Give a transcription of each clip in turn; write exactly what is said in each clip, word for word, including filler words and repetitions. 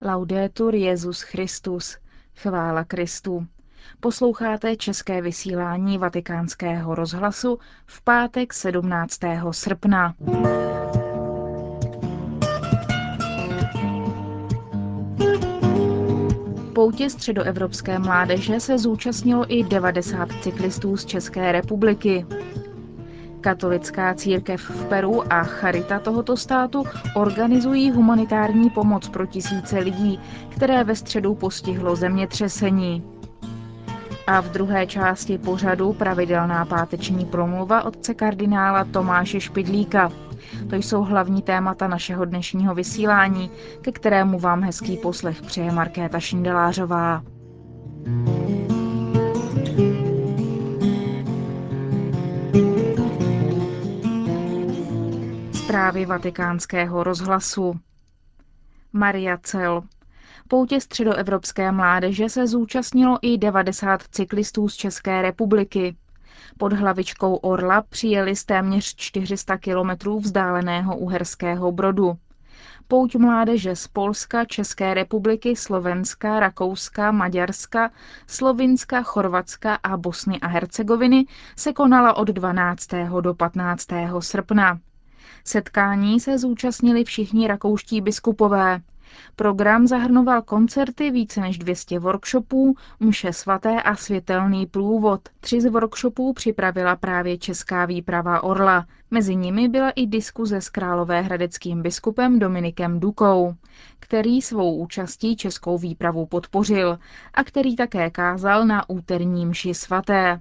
Laudetur Jesus Christus. Chvála Kristu. Posloucháte české vysílání Vatikánského rozhlasu v pátek sedmnáctého srpna. Poutě středoevropské mládeže se zúčastnilo i devadesát cyklistů z České republiky. Katolická církev v Peru a charita tohoto státu organizují humanitární pomoc pro tisíce lidí, které ve středu postihlo zemětřesení. A v druhé části pořadu pravidelná páteční promluva otce kardinála Tomáše Špidlíka. To jsou hlavní témata našeho dnešního vysílání, ke kterému vám hezký poslech přeje Markéta Šindelářová. Zprávy Vatikánského rozhlasu. Mariacel. Poutě středoevropské mládeže se zúčastnilo i devadesát cyklistů z České republiky. Pod hlavičkou Orla přijeli z téměř čtyři sta kilometrů vzdáleného Uherského Brodu. Pouť mládeže z Polska, České republiky, Slovenska, Rakouska, Maďarska, Slovinska, Chorvatska a Bosny a Hercegoviny se konala od dvanáctého do patnáctého srpna. Setkání se zúčastnili všichni rakouští biskupové. Program zahrnoval koncerty, více než dvě stě workshopů, mše svaté a světelný průvod. Tři z workshopů připravila právě česká výprava Orla. Mezi nimi byla i diskuze s královéhradeckým biskupem Dominikem Dukou, který svou účastí českou výpravu podpořil a který také kázal na úterní mši svaté.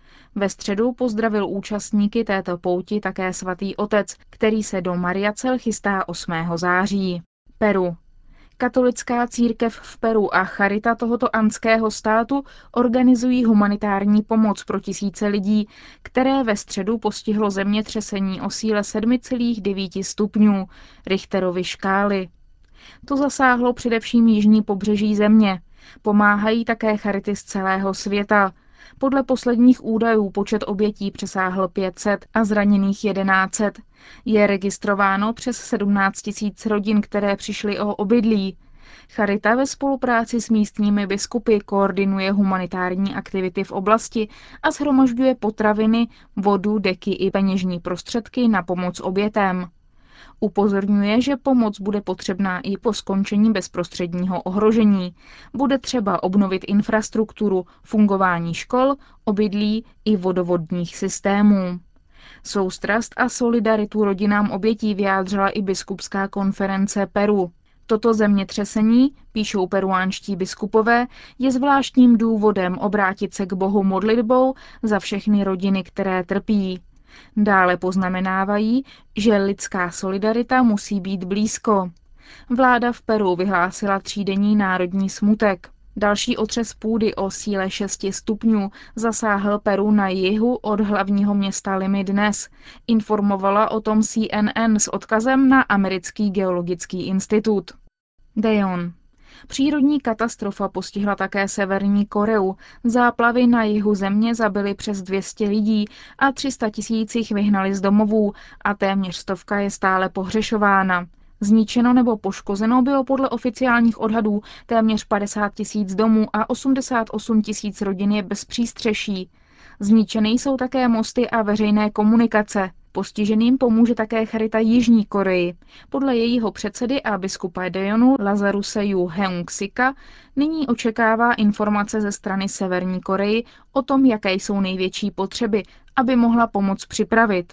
Ve středu pozdravil účastníky této pouti také svatý otec, který se do Mariacel chystá osmého září. Peru. Katolická církev v Peru a charita tohoto andského státu organizují humanitární pomoc pro tisíce lidí, které ve středu postihlo zemětřesení o síle sedm celá devět stupňů Richterovy škály. To zasáhlo především jižní pobřeží země. Pomáhají také charity z celého světa. Podle posledních údajů počet obětí přesáhl pět set a zraněných tisíc sto. Je registrováno přes sedmnáct tisíc rodin, které přišly o obydlí. Charita ve spolupráci s místními biskupy koordinuje humanitární aktivity v oblasti a shromažďuje potraviny, vodu, deky i peněžní prostředky na pomoc obětem. Upozorňuje, že pomoc bude potřebná i po skončení bezprostředního ohrožení. Bude třeba obnovit infrastrukturu, fungování škol, obydlí i vodovodních systémů. Soustrast a solidaritu rodinám obětí vyjádřila i biskupská konference Peru. Toto zemětřesení, píšou peruánští biskupové, je zvláštním důvodem obrátit se k Bohu modlitbou za všechny rodiny, které trpí. Dále poznamenávají, že lidská solidarita musí být blízko. Vláda v Peru vyhlásila třídenní národní smutek. Další otřes půdy o síle šesti stupňů zasáhl Peru na jihu od hlavního města Limy dnes. Informovala o tom C N N s odkazem na americký geologický institut. Daejeon. Přírodní katastrofa postihla také Severní Koreu. Záplavy na jihu země zabily přes dvě stě lidí a tři sta tisíc jich vyhnali z domovů a téměř stovka je stále pohřešována. Zničeno nebo poškozeno bylo podle oficiálních odhadů téměř padesát tisíc domů a osmdesát osm tisíc rodin je bez přístřeší. Zničeny jsou také mosty a veřejné komunikace. Postiženým pomůže také charita Jižní Koreji. Podle jejího předsedy a biskupa Daejeonu Lazaruse Yu Heung-sika nyní očekává informace ze strany Severní Koreji o tom, jaké jsou největší potřeby, aby mohla pomoc připravit.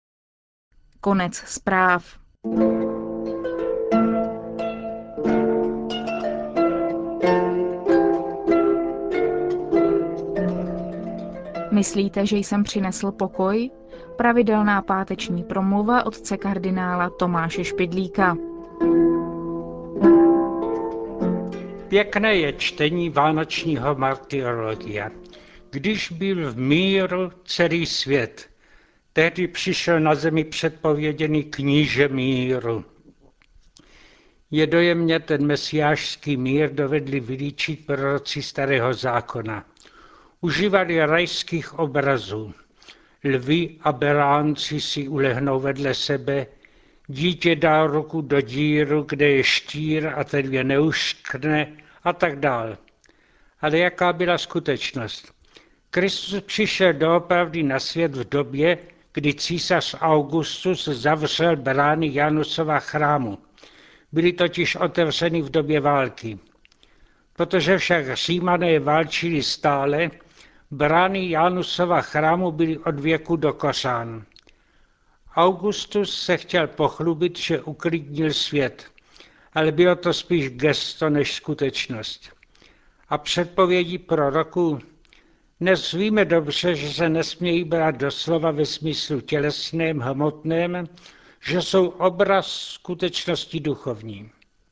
Konec zpráv. Myslíte, že jsem přinesl pokoj? Pravidelná páteční promluva otce kardinála Tomáše Špidlíka. Pěkné je čtení vánočního martyrologia. Když byl v míru celý svět, tehdy přišel na zemi předpověděný kníže míru. Je dojemně ten mesiášský mír dovedli vylíčit proroci Starého zákona. Užívali rajských obrazů. Lvi a beránci si ulehnou vedle sebe, Dítě dá ruku do díru, kde je štír a ten je neuškrne a tak dál. Ale jaká byla skutečnost? Kristus přišel doopravdy na svět v době, kdy císař Augustus zavřel brány Janusova chrámu. Byly totiž otevřeny v době války. Protože však Římané válčili stále, brány Janusova chrámu byly od věku dokořán. Augustus se chtěl pochlubit, že uklidnil svět, ale bylo to spíš gesto než skutečnost. A předpovědi proroků: dnes víme dobře, že se nesmějí brát doslova ve smyslu tělesném, hmotném, že jsou obraz skutečnosti duchovní.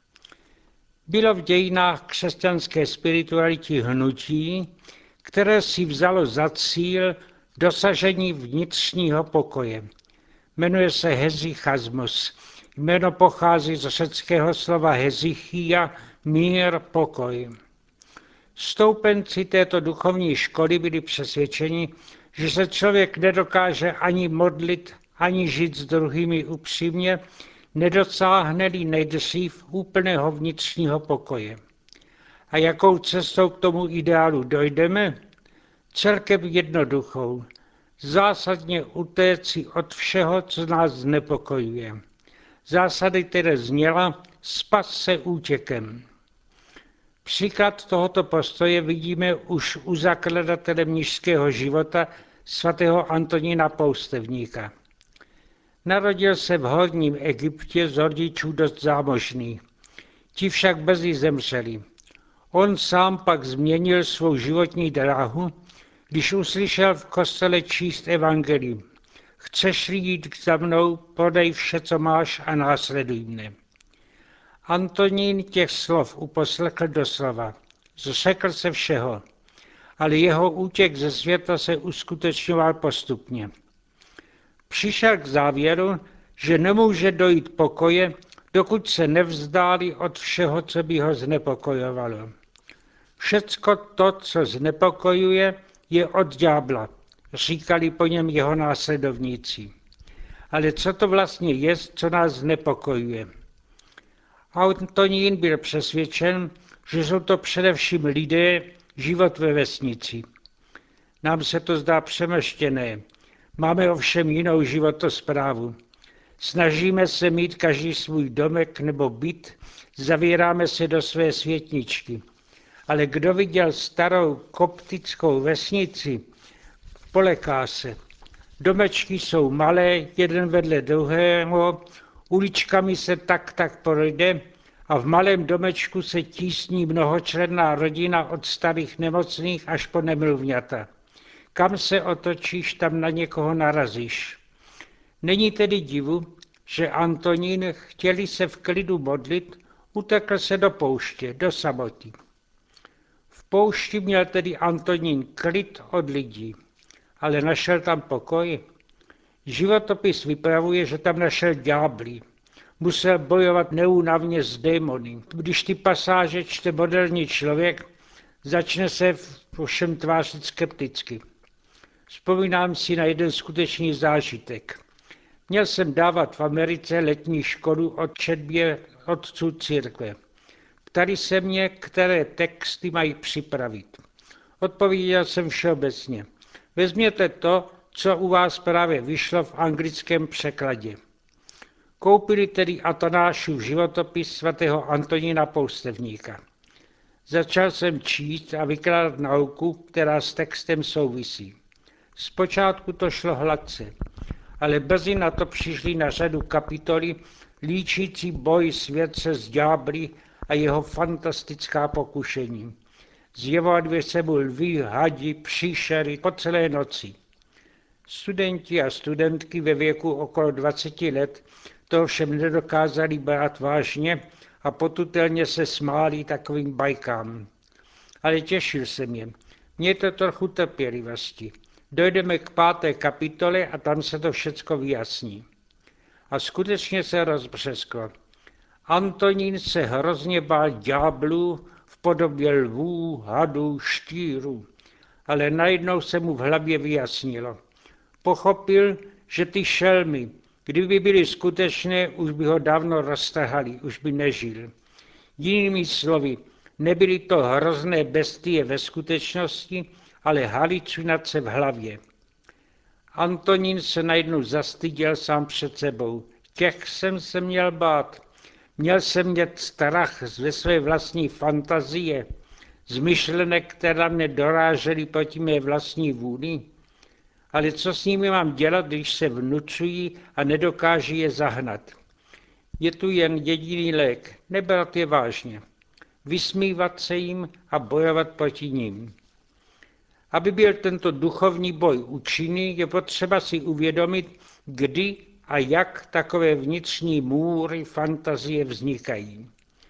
Bylo v dějinách křesťanské spirituality hnutí, které si vzalo za cíl dosažení vnitřního pokoje. Jmenuje se hesychasmus. Jméno pochází z řeckého slova hesychia, mír, pokoj. Stoupenci této duchovní školy byli přesvědčeni, že se člověk nedokáže ani modlit, ani žít s druhými upřímně, nedosáhne-li nejdřív úplného vnitřního pokoje. A jakou cestou k tomu ideálu dojdeme? Celkem jednoduchou. Zásadně utéci od všeho, co nás znepokojuje. Zásady tedy zněla: spas se útěkem. Příklad tohoto postoje vidíme už u zakladatele mnišského života svatého Antonína Poustevníka. Narodil se v Horním Egyptě z rodičů dost zámožných. Ti však brzy zemřeli. On sám pak změnil svou životní dráhu, když uslyšel v kostele číst evangelium: chceš-li jít za mnou, prodej vše, co máš, a následuj mne. Antonín těch slov uposlechl doslova. Zřekl se všeho, ale jeho útěk ze světa se uskutečňoval postupně. Přišel k závěru, že nemůže dojít pokoje, dokud se nevzdálí od všeho, co by ho znepokojovalo. Všecko to, co znepokojuje, je od ďábla, říkali po něm jeho následovníci. Ale co to vlastně je, co nás znepokojuje? Antonín byl přesvědčen, že jsou to především lidé, život ve vesnici. Nám se to zdá přemrštěné, máme ovšem jinou životosprávu. Snažíme se mít každý svůj domek nebo byt, zavíráme se do své světničky. Ale kdo viděl starou koptickou vesnici, poleká se. Domečky jsou malé, jeden vedle druhého, uličkami se tak tak projde a v malém domečku se tísní mnohočlenná rodina od starých nemocných až po nemluvňata. Kam se otočíš, tam na někoho narazíš. Není tedy divu, že Antonín, chtěli se v klidu modlit, utekl se do pouště, do samoty. V poušti měl tedy Antonín klid od lidí, ale našel tam pokoj. Životopis vypravuje, že tam našel ďábly. Musel bojovat neúnavně s démony. Když ty pasáže čte moderní člověk, začne se ovšem tvářit skepticky. Vzpomínám si na jeden skutečný zážitek. Měl jsem dávat v Americe letní školu o četbě otců církve. Ptali se mě, které texty mají připravit. Odpověděl jsem všeobecně: vezměte to, co u vás právě vyšlo v anglickém překladě. Koupili tedy Atanášův životopis svatého Antonína Poustevníka. Začal jsem číst a vykládat nauku, která s textem souvisí. Zpočátku to šlo hladce, ale brzy na to přišly na řadu kapitoly líčící boj světce s ďábly a jeho fantastická pokušení. Zjevovali se mu lvi, hadi, příšery po celé noci. Studenti a studentky ve věku okolo dvaceti let to všem nedokázali brát vážně a potutelně se smáli takovým bajkám. Ale těšil jsem je. Mějte trochu trpělivosti. Dojdeme k páté kapitole a tam se to všecko vyjasní. A skutečně se rozbřesklo. Antonín se hrozně bál ďáblů v podobě lvů, hadů, štírů, ale najednou se mu v hlavě vyjasnilo. Pochopil, že ty šelmy, Kdyby byly skutečné, už by ho dávno roztrhali, už by nežil. Jinými slovy, nebyly to hrozné bestie ve skutečnosti, ale halucinace v hlavě. Antonín se najednou zastyděl sám před sebou. Těch jsem se měl bát. Měl jsem mít strach ze své vlastní fantazie, z myšlenek, která mě dorážely proti mé vlastní vůli. Ale co s nimi mám dělat, když se vnucují a nedokáží je zahnat? Je tu jen jediný lék, nebrat je vážně. Vysmívat se jim a bojovat proti nim. Aby byl tento duchovní boj účinný, je potřeba si uvědomit, kdy a jak takové vnitřní můry fantazie vznikají.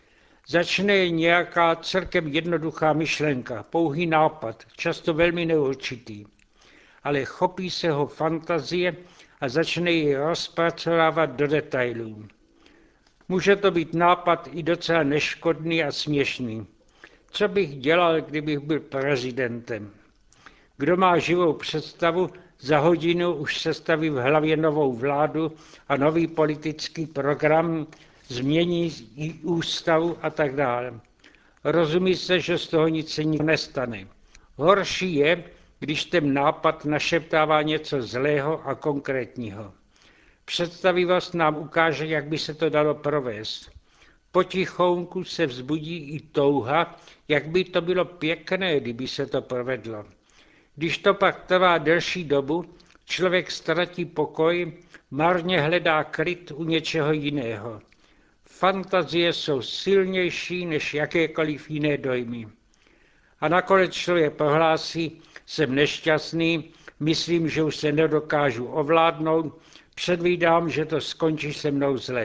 Začne nějaká celkem jednoduchá myšlenka, pouhý nápad, často velmi neurčitý. Ale chopí se ho fantazie a začne ji rozpracovávat do detailů. Může to být nápad i docela neškodný a směšný. Co bych dělal, kdybych byl prezidentem? Kdo má živou představu, za hodinu už sestaví v hlavě novou vládu a nový politický program, změní i ústavu a tak dále. Rozumí se, že z toho nic se nestane. Horší je, když ten nápad našeptává něco zlého a konkrétního. Představivost nám ukáže, jak by se to dalo provést. Potichonku se vzbudí i touha, jak by to bylo pěkné, kdyby se to provedlo. Když to pak trvá delší dobu, člověk ztratí pokoj, marně hledá klid u něčeho jiného. Fantazie jsou silnější než jakékoliv jiné dojmy. A nakonec člověk prohlásí, jsem nešťastný, myslím, že už se nedokážu ovládnout, předvídám, že to skončí se mnou zle.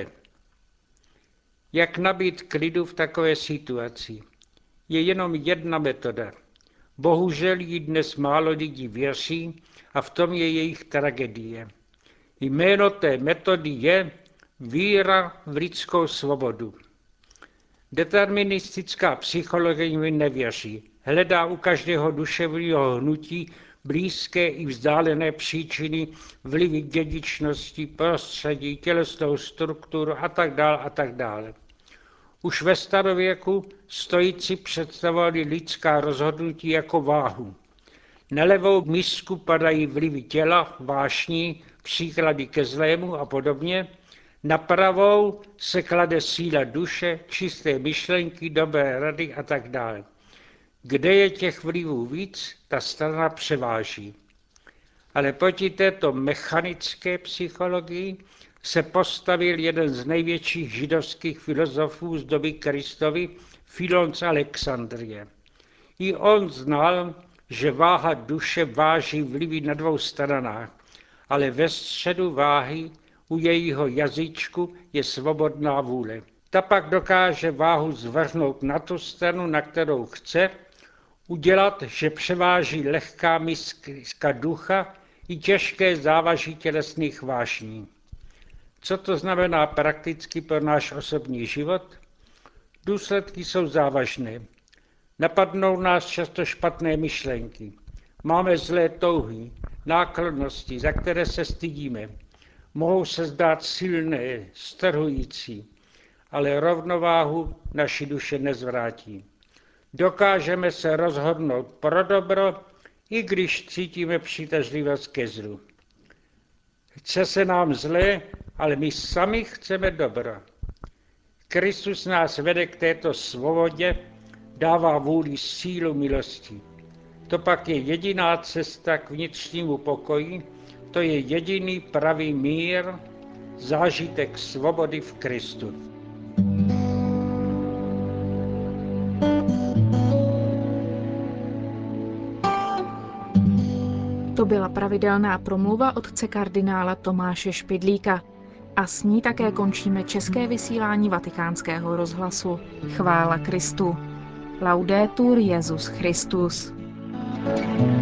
Jak nabít klidu v takové situaci? Je jenom jedna metoda. Bohužel jí dnes málo lidí věří a v tom je jejich tragédie. Jméno té metody je víra v lidskou svobodu. Deterministická psychologie mi nevěří. Hledá u každého duševního hnutí blízké i vzdálené příčiny, vlivy dědičnosti, prostředí, tělesnou strukturu a tak dále a tak dále. Už ve starověku stoici představovali lidská rozhodnutí jako váhu. Na levou misku padají vlivy těla, vášní, příklady ke zlému a podobně. Na pravou se klade síla duše, čisté myšlenky, dobré rady a tak dále. Kde je těch vlivů víc, ta strana převáží. Ale proti této mechanické psychologii se postavil jeden z největších židovských filozofů z doby Kristovy, Filon z Alexandrie. I on znal, že váha duše váží vlivy na dvou stranách, ale ve středu váhy u jejího jazyčku je svobodná vůle. Ta pak dokáže váhu zvrhnout na tu stranu, na kterou chce, udělat, že převáží lehká miska ducha i těžké závaží tělesných vášní. Co to znamená prakticky pro náš osobní život? Důsledky jsou závažné. Napadnou nás často špatné myšlenky. Máme zlé touhy, náklonnosti, za které se stydíme. Mohou se zdát silné, strhující, ale rovnováhu naší duše nezvrátí. Dokážeme se rozhodnout pro dobro, i když cítíme přitažlivost ke zlu. Chce se nám zlé, ale my sami chceme dobro. Kristus nás vede k této svobodě, dává vůli sílu milosti. To pak je jediná cesta k vnitřnímu pokoji, to je jediný pravý mír, zážitek svobody v Kristu. To byla pravidelná promluva otce kardinála Tomáše Špidlíka. A s ní také končíme české vysílání Vatikánského rozhlasu. Chvála Kristu. Laudetur Jesus Christus.